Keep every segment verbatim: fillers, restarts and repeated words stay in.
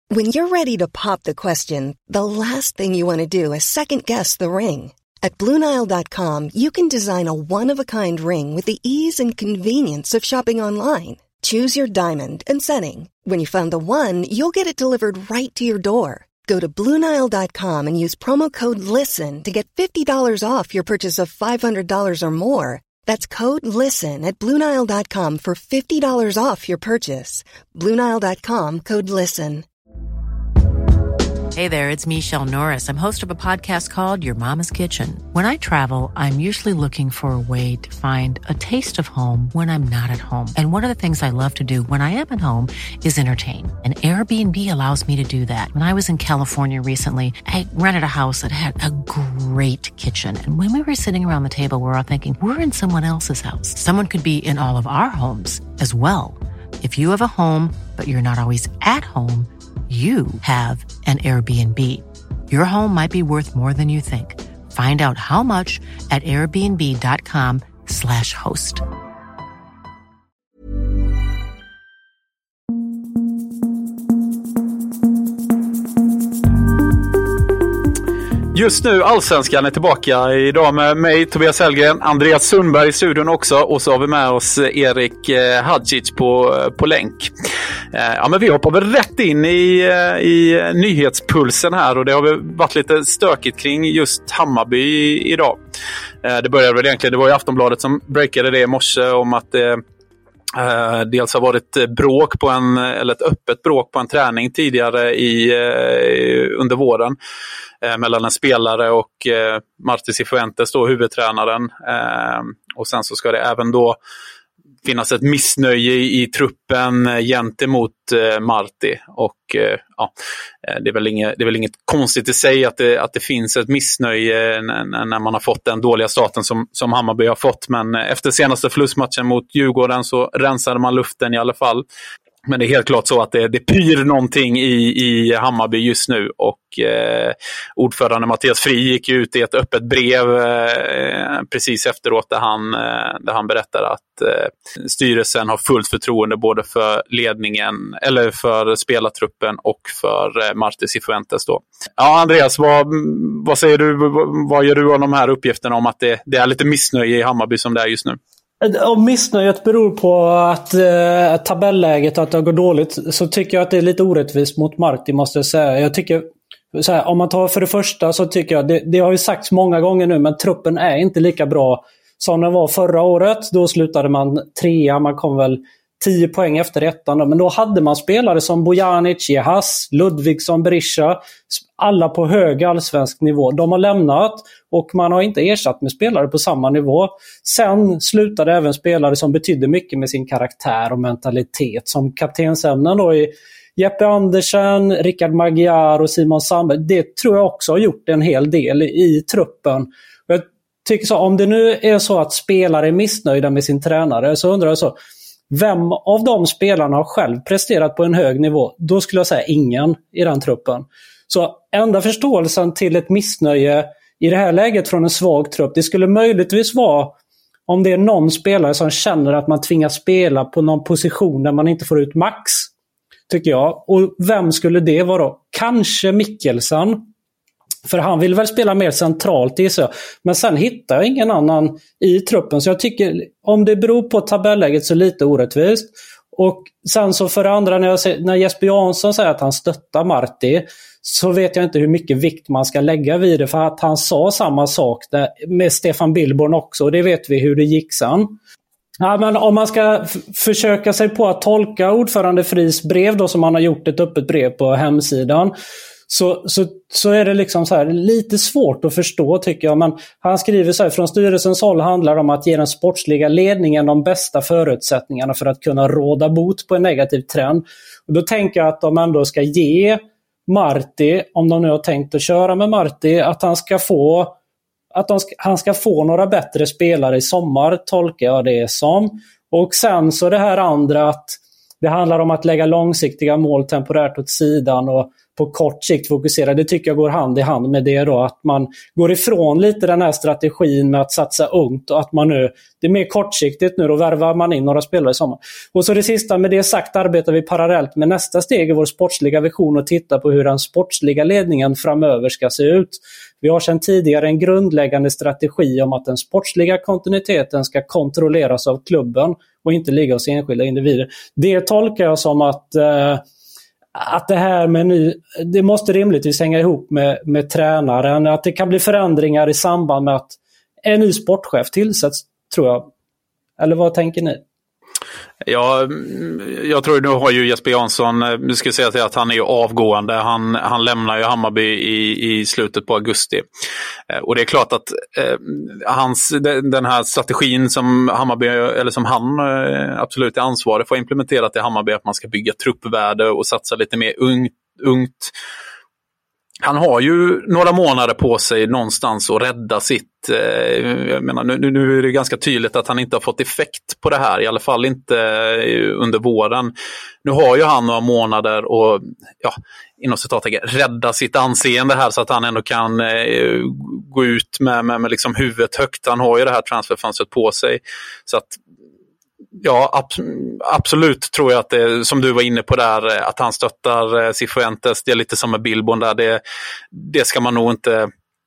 When you're ready to pop the question, the last thing you want to do is second-guess the ring. At Blue Nile dot com, you can design a one-of-a-kind ring with the ease and convenience of shopping online. Choose your diamond and setting. When you find the one, you'll get it delivered right to your door. Go to Blue Nile dot com and use promo code LISTEN to get fifty dollars off your purchase of five hundred dollars or more. That's code LISTEN at Blue Nile dot com for fifty dollars off your purchase. Blue Nile dot com, code LISTEN. Hey there, it's Michelle Norris. I'm host of a podcast called Your Mama's Kitchen. When I travel, I'm usually looking for a way to find a taste of home when I'm not at home. And one of the things I love to do when I am at home is entertain. And Airbnb allows me to do that. When I was in California recently, I rented a house that had a great kitchen. And when we were sitting around the table, we were all thinking, we're in someone else's house. Someone could be in all of our homes as well. If you have a home, but you're not always at home, you have an Airbnb. Your home might be worth more than you think. Find out how much at airbnb.com slash host. Just nu, Allsvenskan är tillbaka idag med mig, Tobias Hellgren, Andreas Sundberg i studion också, och så har vi med oss Erik eh, Hadjic på, på länk. Eh, ja, men vi hoppar väl rätt in i, i nyhetspulsen här, och det har väl varit lite stökigt kring just Hammarby idag. Eh, det började väl egentligen, det var ju Aftonbladet som breakade det i morse om att det eh, dels har varit bråk på en, eller ett öppet bråk på en träning tidigare i, eh, under våren. Eh, mellan en spelare och eh, Marti Cifuentes då, huvudtränaren. Eh, och sen så ska det även då finnas ett missnöje i, i truppen eh, gentemot eh, Marti. Och eh, ja, det är, väl inget, det är väl inget konstigt i sig att det, att det finns ett missnöje när, när man har fått den dåliga starten som, som Hammarby har fått. Men efter senaste förlustmatchen mot Djurgården så rensade man luften i alla fall. Men det är helt klart så att det, det pyr någonting i, i Hammarby just nu, och eh, ordförande Mattias Fri gick ut i ett öppet brev eh, precis efteråt där han, eh, där han berättade att eh, styrelsen har fullt förtroende både för ledningen, eller för spelartruppen, och för eh, Marti Cifuentes då. Ja, Andreas, vad, vad säger du, vad, vad gör du av de här uppgifterna om att det, det är lite missnöje i Hammarby som det är just nu? Om missnöjet beror på att eh, tabelläget, att det går dåligt, så tycker jag att det är lite orättvist mot Marti, måste jag säga. Jag tycker, så här, om man tar för det första, så tycker jag, det, det har ju sagts många gånger nu, men truppen är inte lika bra som den var förra året. Då slutade man trea, man kom väl tio poäng efter ettan då. Men då hade man spelare som Bojanic, Jehas, Ludvigsson, Berisha, alla på hög allsvensk nivå. De har lämnat, och man har inte ersatt med spelare på samma nivå. Sen slutade även spelare som betydde mycket med sin karaktär och mentalitet, som kaptensämnen då i Jeppe Andersen, Rickard Magyar och Simon Sandberg. Det tror jag också har gjort en hel del i truppen. Jag tycker så, om det nu är så att spelare är missnöjda med sin tränare, så undrar jag så, vem av de spelarna har själv presterat på en hög nivå? Då skulle jag säga ingen i den truppen. Så enda förståelsen till ett missnöje i det här läget från en svag trupp, det skulle möjligtvis vara om det är någon spelare som känner att man tvingas spela på någon position där man inte får ut max, tycker jag. Och vem skulle det vara då? Kanske Mikkelsen. För han vill väl spela mer centralt i sig. Men sen hittar jag ingen annan i truppen. Så jag tycker, om det beror på tabelläget, så lite orättvist. Och sen så för det andra, när, jag ser, när Jesper Jansson säger att han stöttar Marti, så vet jag inte hur mycket vikt man ska lägga vid det. För att han sa samma sak där, med Stefan Billborn också. Och det vet vi hur det gick sen. Ja, men om man ska f- försöka sig på att tolka ordförande Fris brev då, som han har gjort ett öppet brev på hemsidan, Så, så, så är det liksom så här lite svårt att förstå, tycker jag. Men han skriver så här: från styrelsens håll handlar det om att ge den sportsliga ledningen de bästa förutsättningarna för att kunna råda bot på en negativ trend. Och då tänker jag att de ändå ska ge Marti, om de nu har tänkt att köra med Marti, att han ska få att de ska, han ska få några bättre spelare i sommar, tolkar jag det som. Och sen så det här andra, att det handlar om att lägga långsiktiga mål temporärt åt sidan och på kort sikt fokusera. Det tycker jag går hand i hand med det då, att man går ifrån lite den här strategin med att satsa ungt och att man nu, det är mer kortsiktigt nu, då värvar man in några spelare i sommar. Och så det sista, med det sagt arbetar vi parallellt med nästa steg i vår sportsliga vision och titta på hur den sportsliga ledningen framöver ska se ut. Vi har sedan tidigare en grundläggande strategi om att den sportsliga kontinuiteten ska kontrolleras av klubben och inte ligga hos enskilda individer. Det tolkar jag som att eh, att det här med ny, det måste rimligtvis hänga ihop med, med tränaren, att det kan bli förändringar i samband med att en ny sportchef tillsätts, tror jag. Eller vad tänker ni? Ja, jag tror nu har ju Jesper Jansson, nu ska jag säga till att han är ju avgående, han, han lämnar ju Hammarby i, i slutet på augusti. Och det är klart att eh, hans, den här strategin som Hammarby, eller som han eh, absolut är ansvarig för att implementera till Hammarby, att man ska bygga truppvärde och satsa lite mer ungt, ungt. Han har ju några månader på sig någonstans att rädda sitt, eh, jag menar, nu, nu är det ganska tydligt att han inte har fått effekt på det här, i alla fall inte under våren. Nu har ju han några månader och ja, inom citattecken rädda sitt anseende här så att han ändå kan eh, gå ut med, med, med liksom huvudet högt. Han har ju det här transferfönstret på sig, så att ja, ab- absolut tror jag att det, som du var inne på där, att han stöttar Cifuentes, det är lite som med Bilbon där, det, det ska man nog inte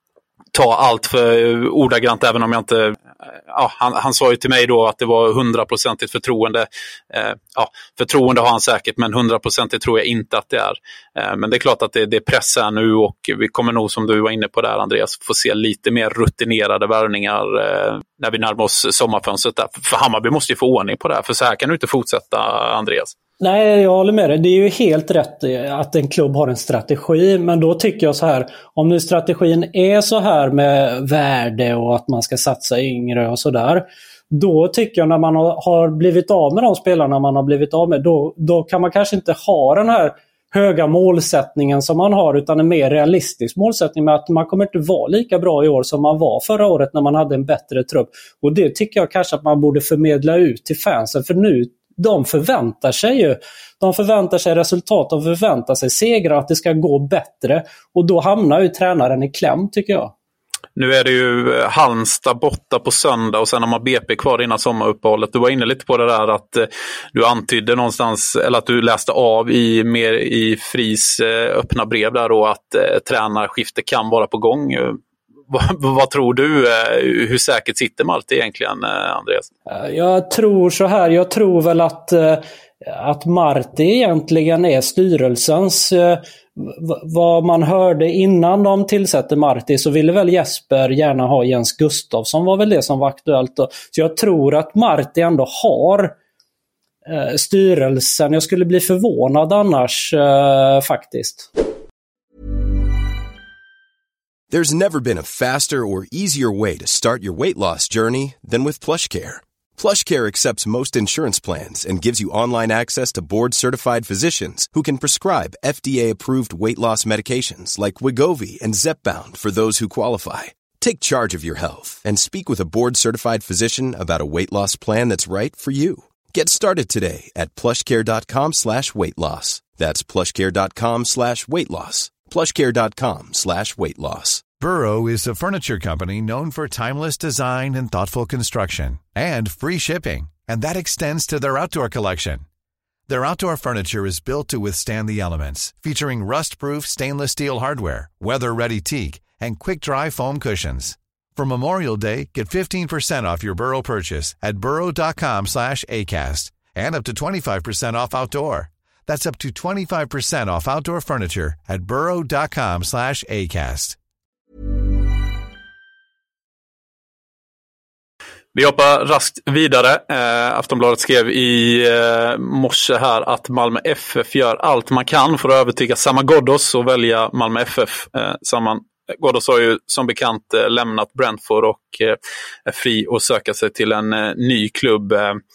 ta allt för ordagrant, även om jag inte, ja, han, han sa ju till mig då att det var hundraprocentigt förtroende. Eh, ja, förtroende har han säkert, men hundraprocentigt tror jag inte att det är. Eh, men det är klart att det, det är press här nu, och vi kommer nog, som du var inne på där Andreas, få se lite mer rutinerade värvningar eh, när vi närmar oss sommarfönstret där. För Hammarby måste ju få ordning på det här, för så här kan du inte fortsätta, Andreas. Nej, jag håller med dig. Det är ju helt rätt att en klubb har en strategi, men då tycker jag så här, om nu strategin är så här med värde och att man ska satsa yngre och sådär, då tycker jag när man har blivit av med de spelarna man har blivit av med, då, då kan man kanske inte ha den här höga målsättningen som man har, utan en mer realistisk målsättning med att man kommer inte vara lika bra i år som man var förra året när man hade en bättre trupp. Och det tycker jag kanske att man borde förmedla ut till fansen, för nu de förväntar sig ju. De förväntar sig resultat, de förväntar sig segrar, att det ska gå bättre. Och då hamnar ju tränaren i kläm, tycker jag. Nu är det ju Halmstad borta på söndag och sen har man B P kvar innan sommaruppehållet. Du var inne lite på det där att eh, du antydde någonstans, eller att du läste av i, mer i Fris eh, öppna brev där då, att eh, tränarskifte kan vara på gång. Vad, vad tror du? Hur säkert sitter Marti egentligen, Andreas? Jag tror så här, jag tror väl att, att Marti egentligen är styrelsens. Vad man hörde innan de tillsätter Marti, så ville väl Jesper gärna ha Jens Gustafsson, var väl det som var aktuellt då. Så jag tror att Marti ändå har styrelsen. Jag skulle bli förvånad annars faktiskt. There's never been a faster or easier way to start your weight loss journey than with PlushCare. PlushCare accepts most insurance plans and gives you online access to board-certified physicians who can prescribe F D A-approved weight loss medications like Wegovy and Zepbound for those who qualify. Take charge of your health and speak with a board-certified physician about a weight loss plan that's right for you. Get started today at plushcare.com slash weight loss. That's plushcare.com slash weight loss. plushcare.com slash weight loss. Burrow is a furniture company known for timeless design and thoughtful construction and free shipping, and that extends to their outdoor collection. Their outdoor furniture is built to withstand the elements, featuring rust-proof stainless steel hardware, weather-ready teak, and quick-dry foam cushions. For Memorial Day, get fifteen percent off your Burrow purchase at burrow.com slash ACAST and up to twenty-five percent off outdoor. That's up to twenty-five percent off outdoor furniture at burrow.com slash ACAST. Vi hoppar raskt vidare. Eh, Aftonbladet skrev i eh, morse här att Malmö F F gör allt man kan för att övertyga Saman Ghoddos och välja Malmö F F. Eh, Saman Ghoddos har ju som bekant eh, lämnat Brentford och eh, är fri att söka sig till en eh, ny klubb. Eh,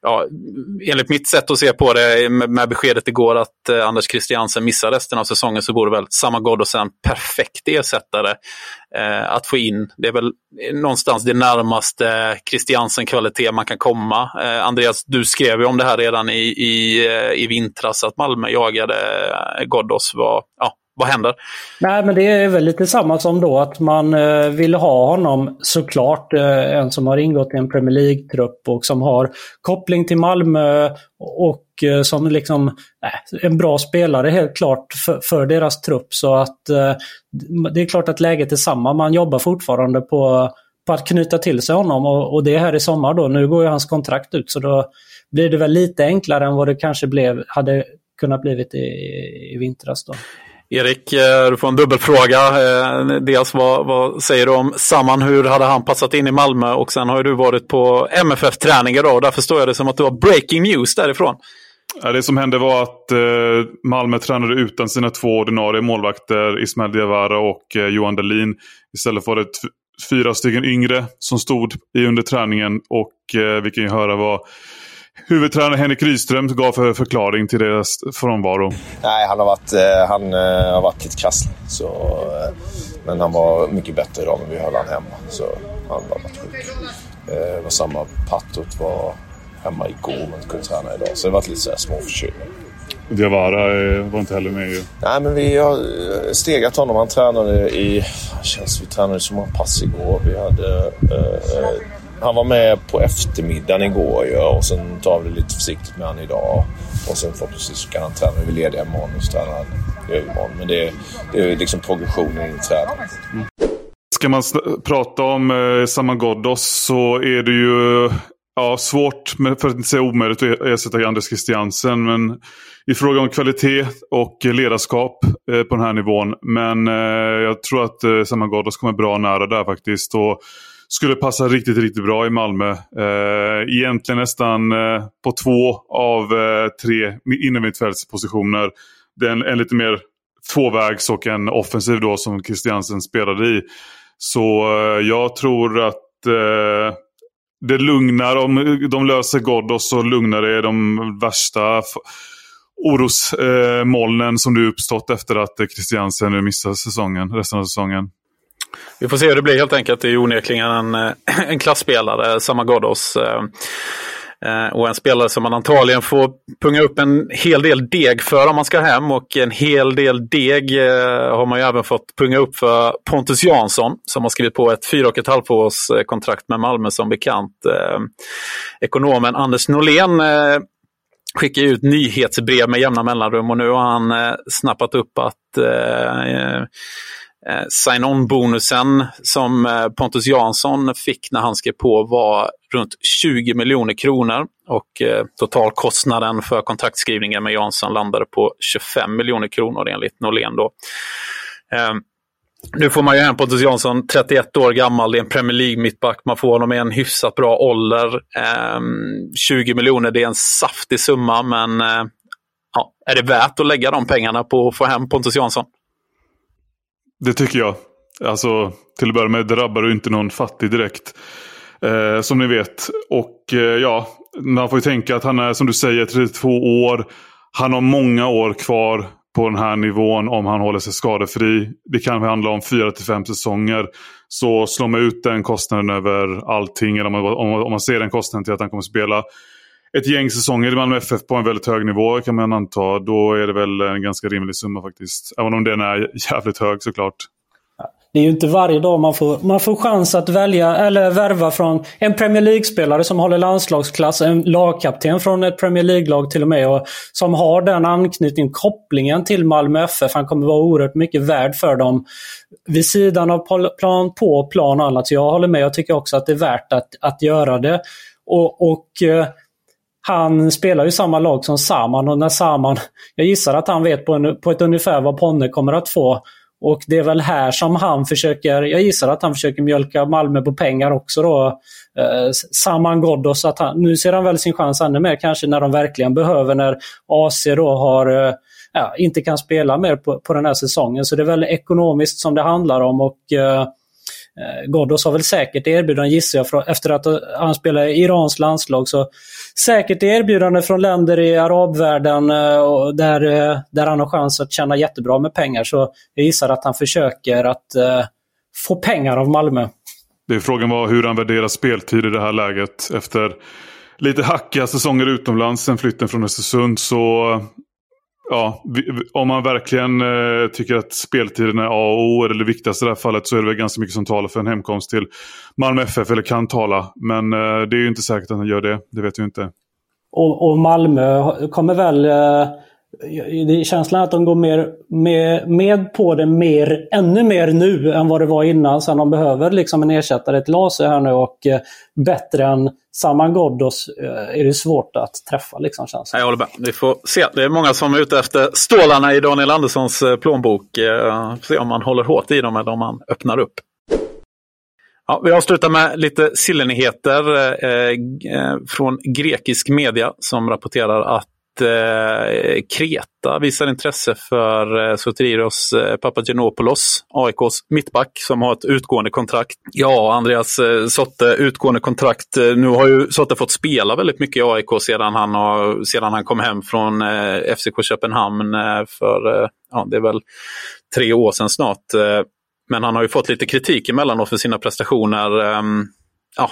ja, enligt mitt sätt att se på det med, med beskedet igår att eh, Anders Christiansen missar resten av säsongen, så vore väl Saman Ghoddos en perfekt ersättare eh, att få in. Det är väl någonstans det närmaste Christiansen-kvalitet man kan komma. Eh, Andreas, du skrev ju om det här redan i, i, i vintras att Malmö jagade Ghoddos. Vad, ja, vad händer? Nej, men det är väl lite samma som då att man eh, vill ha honom såklart, eh, en som har ingått i en Premier League-trupp och som har koppling till Malmö och eh, som liksom eh, en bra spelare helt klart för, för deras trupp. Så att eh, det är klart att läget är samma. Man jobbar fortfarande på, på att knyta till sig honom och, och det är här i sommar då. Nu går ju hans kontrakt ut, så då blir det väl lite enklare än vad det kanske blev, hade kunnat blivit i, i vintras då. Erik, du får en dubbelfråga. Dels vad, vad säger du om Saman? Hur hade han passat in i Malmö? Och sen har ju du varit på M F F-träning idag och där förstår jag det som att du har breaking news därifrån. Ja, det som hände var att eh, Malmö tränade utan sina två ordinarie målvakter, Ismail Diawara och eh, Johan Dahlin. Istället var det t- fyra stycken yngre som stod i under träningen och eh, vi kan ju höra vad huvudtränare Henrik Rydström gav för förklaring till deras frånvaro. Nej, han har varit, eh, han, eh, har varit lite krasslig. Så, eh, men han var mycket bättre idag, men vi höll han hemma. Så han var varit sjuk. Eh, var samma Pattot var hemma igår men kunde träna idag. Så det var lite så här små förkylningar. Diawara eh, var inte heller med ju. Nej, men vi har stegat honom. Han tränade i... känns vi tränade som en pass igår. Vi hade... Eh, Han var med på eftermiddagen igår ja, och sen tar vi det lite försiktigt med han idag. Och sen förhoppningsvis så kan han träna. Vi är lediga imorgon och så tränar han övermorgon. Men det är, det är liksom progressionen i träningen. Mm. Ska man sn- prata om eh, Saman Ghoddos så är det ju ja, svårt, med, för att inte säga omöjligt, att ersätta Anders Christiansen. Men i fråga om kvalitet och ledarskap eh, på den här nivån. Men eh, jag tror att eh, Saman Ghoddos kommer bra nära där faktiskt. Och skulle passa riktigt, riktigt bra i Malmö. Eh, egentligen nästan eh, på två av eh, tre innermittfältspositioner. Det är en, en lite mer tvåvägs och en offensiv då som Christiansen spelade i. Så eh, jag tror att eh, det lugnar, om de löser Ghoddos så lugnar det de värsta f- orosmolnen eh, som det uppstått efter att eh, Christiansen nu missar säsongen, resten av säsongen. Vi får se hur det blir helt enkelt. Det är onekligen en, en klassspelare, Saman Ghoddos. Och en spelare som man antagligen får punga upp en hel del deg för om man ska hem. Och en hel del deg har man ju även fått punga upp för Pontus Jansson som har skrivit på ett fyra och ett halvt års kontrakt med Malmö som bekant. Ekonomen Anders Norlén skickar ut nyhetsbrev med jämna mellanrum och nu har han snappat upp att sign-on-bonusen som Pontus Jansson fick när han skrev på var runt tjugo miljoner kronor och eh, totalkostnaden för kontraktskrivningen med Jansson landade på tjugofem miljoner kronor enligt Norlén då. Eh, nu får man ju hem Pontus Jansson, trettioett år gammal, det är en Premier League mittback, man får honom i en hyfsat bra ålder. Eh, tjugo miljoner, det är en saftig summa, men eh, ja, är det värt att lägga de pengarna på att få hem Pontus Jansson? Det tycker jag. Alltså, till att börja med drabbar du inte någon fattig direkt. Eh, som ni vet. Och eh, ja, man får ju tänka att han är, som du säger, trettiotvå år. Han har många år kvar på den här nivån om han håller sig skadefri. Det kan handla om fyra till fem säsonger. Så slår man ut den kostnaden över allting. Eller om man, om man ser den kostnaden till att han kommer spela ett gäng säsonger i Malmö F F på en väldigt hög nivå kan man anta. Då är det väl en ganska rimlig summa faktiskt. Även om den är jävligt hög såklart. Det är ju inte varje dag man får, man får chans att välja eller värva från en Premier League-spelare som håller landslagsklass, en lagkapten från ett Premier League-lag till och med, och som har den anknytning, kopplingen till Malmö F F. Han kommer vara oerhört mycket värd för dem vid sidan av plan, på plan och annat. Så jag håller med, jag tycker också att det är värt att, att göra det. Och, och han spelar ju samma lag som Saman, och när Saman, jag gissar att han vet på, en, på ett ungefär vad Ponne kommer att få. Och det är väl här som han försöker, jag gissar att han försöker mjölka Malmö på pengar också då. Eh, Saman Ghoddos, att han, nu ser han väl sin chans ännu mer kanske när de verkligen behöver, när A C då har, eh, ja, inte kan spela mer på, på den här säsongen. Så det är väl ekonomiskt som det handlar om, och eh, Eh, Ghoddos har väl säkert erbjudande, gissar jag, för, efter att han spelar i Irans landslag, så säkert erbjudande från länder i arabvärlden eh, och där, eh, där han har chans att tjäna jättebra med pengar, så jag gissar att han försöker att eh, få pengar av Malmö. Det är frågan var hur han värderar speltid i det här läget efter lite hackiga säsonger utomlands sen flytten från Östersund. Så ja, om man verkligen eh, tycker att speltiden är A och O eller det viktigaste i det här fallet, så är det väl ganska mycket som talar för en hemkomst till Malmö F F, eller kan tala. Men eh, det är ju inte säkert att han gör det, det vet vi inte. Och, och Malmö kommer väl... Eh... Det är känslan att de går mer, med, med på det mer, ännu mer nu än vad det var innan. Så de behöver liksom en ersättare till A C här nu, och eh, bättre än Saman Ghoddos eh, är det svårt att träffa liksom, känslan. Jag håller med. Vi får se. Det är många som är ute efter stålarna i Daniel Anderssons eh, plånbok. Eh, se om man håller hårt i dem eller om man öppnar upp. Ja, vi avslutar med lite sillenigheter eh, eh, från grekisk media som rapporterar att Eh, Kreta visar intresse för eh, Sotirios eh, Papagenopoulos, A I K:s mittback, som har ett utgående kontrakt. Ja, Andreas eh, Sotte, utgående kontrakt. Eh, nu har ju Sotte fått spela väldigt mycket i A I K sedan han, har, sedan han kom hem från eh, F C K Köpenhamn eh, för, eh, ja, det är väl tre år sedan snart. Eh, men han har ju fått lite kritik emellanåt för sina prestationer. Eh, Ja,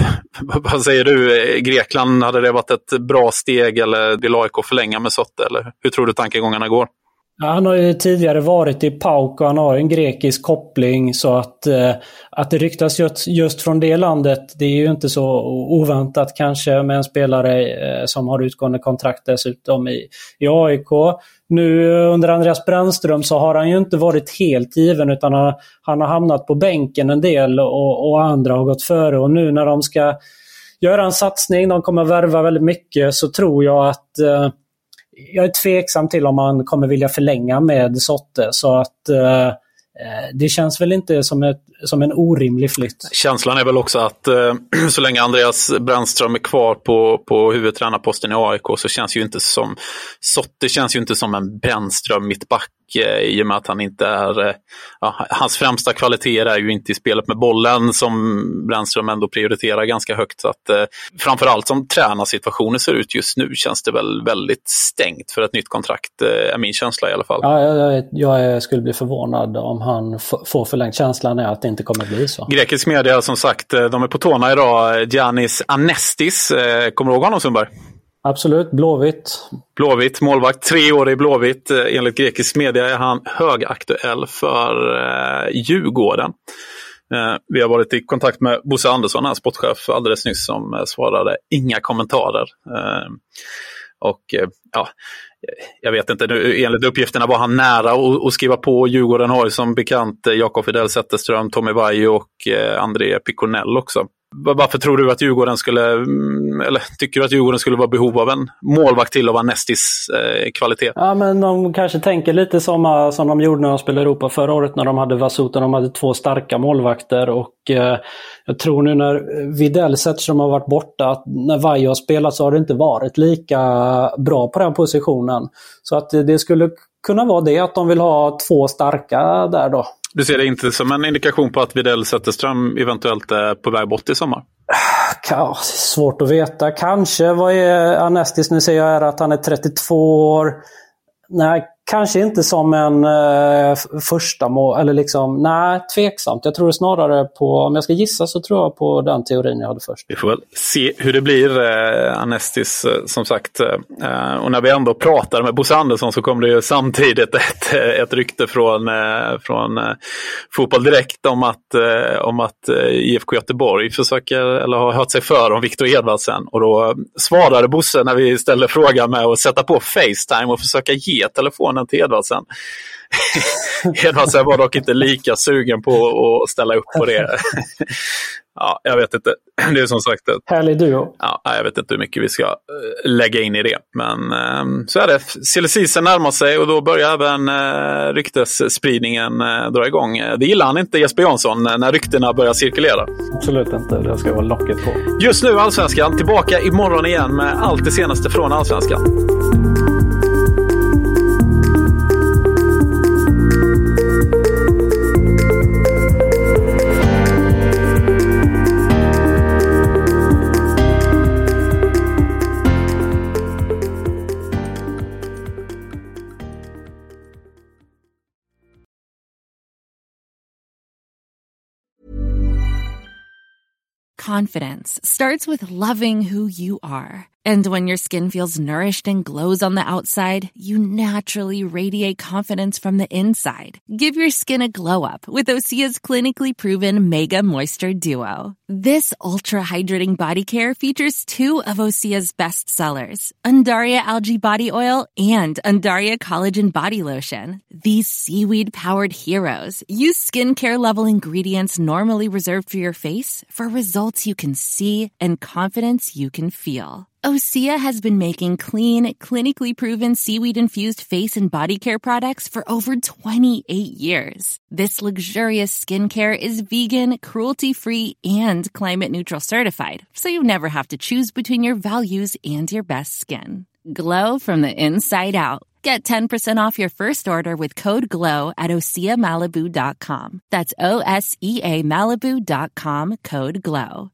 vad säger du? Grekland, hade det varit ett bra steg, eller vill A I K förlänga med Sotte, eller hur tror du tankegångarna går? Ja, han har ju tidigare varit i P A O K och han har en grekisk koppling, så att, eh, att det ryktas just, just från det landet, det är ju inte så oväntat kanske med en spelare eh, som har utgående kontrakt dessutom i, i A I K. Nu under Andreas Brännström så har han ju inte varit helt given, utan han, han har hamnat på bänken en del och, och andra har gått före, och nu när de ska göra en satsning, de kommer värva väldigt mycket, så tror jag att eh, jag är tveksam till om man kommer vilja förlänga med Sotte, så att eh, det känns väl inte som, ett, som en orimlig flytt. Känslan är väl också att eh, så länge Andreas Brännström är kvar på, på huvudtränarposten i A I K, så känns ju inte som Sotte känns ju inte som en Brännström mittback, eh, i och med att han inte är eh, ja, hans främsta kvaliteter är ju inte i spelet med bollen, som Brännström ändå prioriterar ganska högt, så att eh, framförallt som tränarsituationen ser ut just nu känns det väl väldigt stängt för ett nytt kontrakt, eh, är min känsla i alla fall. Ja, jag, jag skulle bli förvånad om han f- får förlängt. Känslan är att det inte kommer bli så. Grekisk media, som sagt, de är på tårna idag. Giannis Anestis, kommer du ihåg honom, Sundberg? Absolut, Blåvitt. Blåvitt, målvakt, tre år i Blåvitt. Enligt grekisk media är han högaktuell för eh, Djurgården. Eh, vi har varit i kontakt med Bosse Andersson, här sportchef, alldeles nyss, som eh, svarade inga kommentarer. Eh, och eh, ja... Jag vet inte, nu, enligt uppgifterna var han nära att, att skriva på. Djurgården har ju som bekant Jakob Fidel Zetterström, Tommy Vaiho och eh, André Piconell också. Varför tror du att Djurgården skulle, eller tycker du att Djurgården skulle vara behov av en målvakt till av Anestis eh, kvalitet? Ja, men de kanske tänker lite som, som de gjorde när de spelade Europa förra året, när de hade Vasuta. De hade två starka målvakter, och eh, jag tror nu när Videll Zetterström har varit borta, att när Vaiho har spelat så har det inte varit lika bra på den positionen. Så att det skulle kunna vara det, att de vill ha två starka där då. Du ser det inte som en indikation på att Videll Zetterström eventuellt är på väg bort i sommar? Ja, svårt att veta. Kanske. Vad är Anestis? Nu ser jag är att han är trettiotvå år. Nej, kanske inte som en eh, första mål, eller liksom, nej, tveksamt. Jag tror snarare på, om jag ska gissa så tror jag på den teorin jag hade först. Vi får väl se hur det blir, eh, Anestis, eh, som sagt. Eh, och när vi ändå pratar med Bosse Andersson så kommer det ju samtidigt ett, ett rykte från, eh, från eh, Fotboll Direkt om att, eh, om att eh, I F K Göteborg försöker, eller har hört sig för om Victor Edvardsen. Och då svarade Bosse när vi ställde frågan med att sätta på FaceTime och försöka ge telefonen till Edvardsen. Edvardsen var dock inte lika sugen på att ställa upp på det. Ja, jag vet inte. Det är som sagt ett... Härlig duo. Ja, jag vet inte hur mycket vi ska lägga in i det. Men så är det. Silly season närmar sig och då börjar även ryktesspridningen dra igång. Det gillar han inte, Jesper Jansson, när ryktena börjar cirkulera. Absolut inte. Det ska vara locket på. Just nu Allsvenskan. Tillbaka imorgon igen med allt det senaste från Allsvenskan. Confidence starts with loving who you are. And when your skin feels nourished and glows on the outside, you naturally radiate confidence from the inside. Give your skin a glow up with Osea's clinically proven Mega Moisture Duo. This ultra-hydrating body care features two of Osea's best sellers, Undaria Algae Body Oil and Undaria Collagen Body Lotion. These seaweed-powered heroes use skincare-level ingredients normally reserved for your face for results you can see and confidence you can feel. Osea has been making clean, clinically proven seaweed-infused face and body care products for over twenty-eight years. This luxurious skincare is vegan, cruelty-free, and climate-neutral certified, so you never have to choose between your values and your best skin. Glow from the inside out. Get ten percent off your first order with code GLOW at Osea Malibu dot com. That's O S E A Malibu dot com, code GLOW.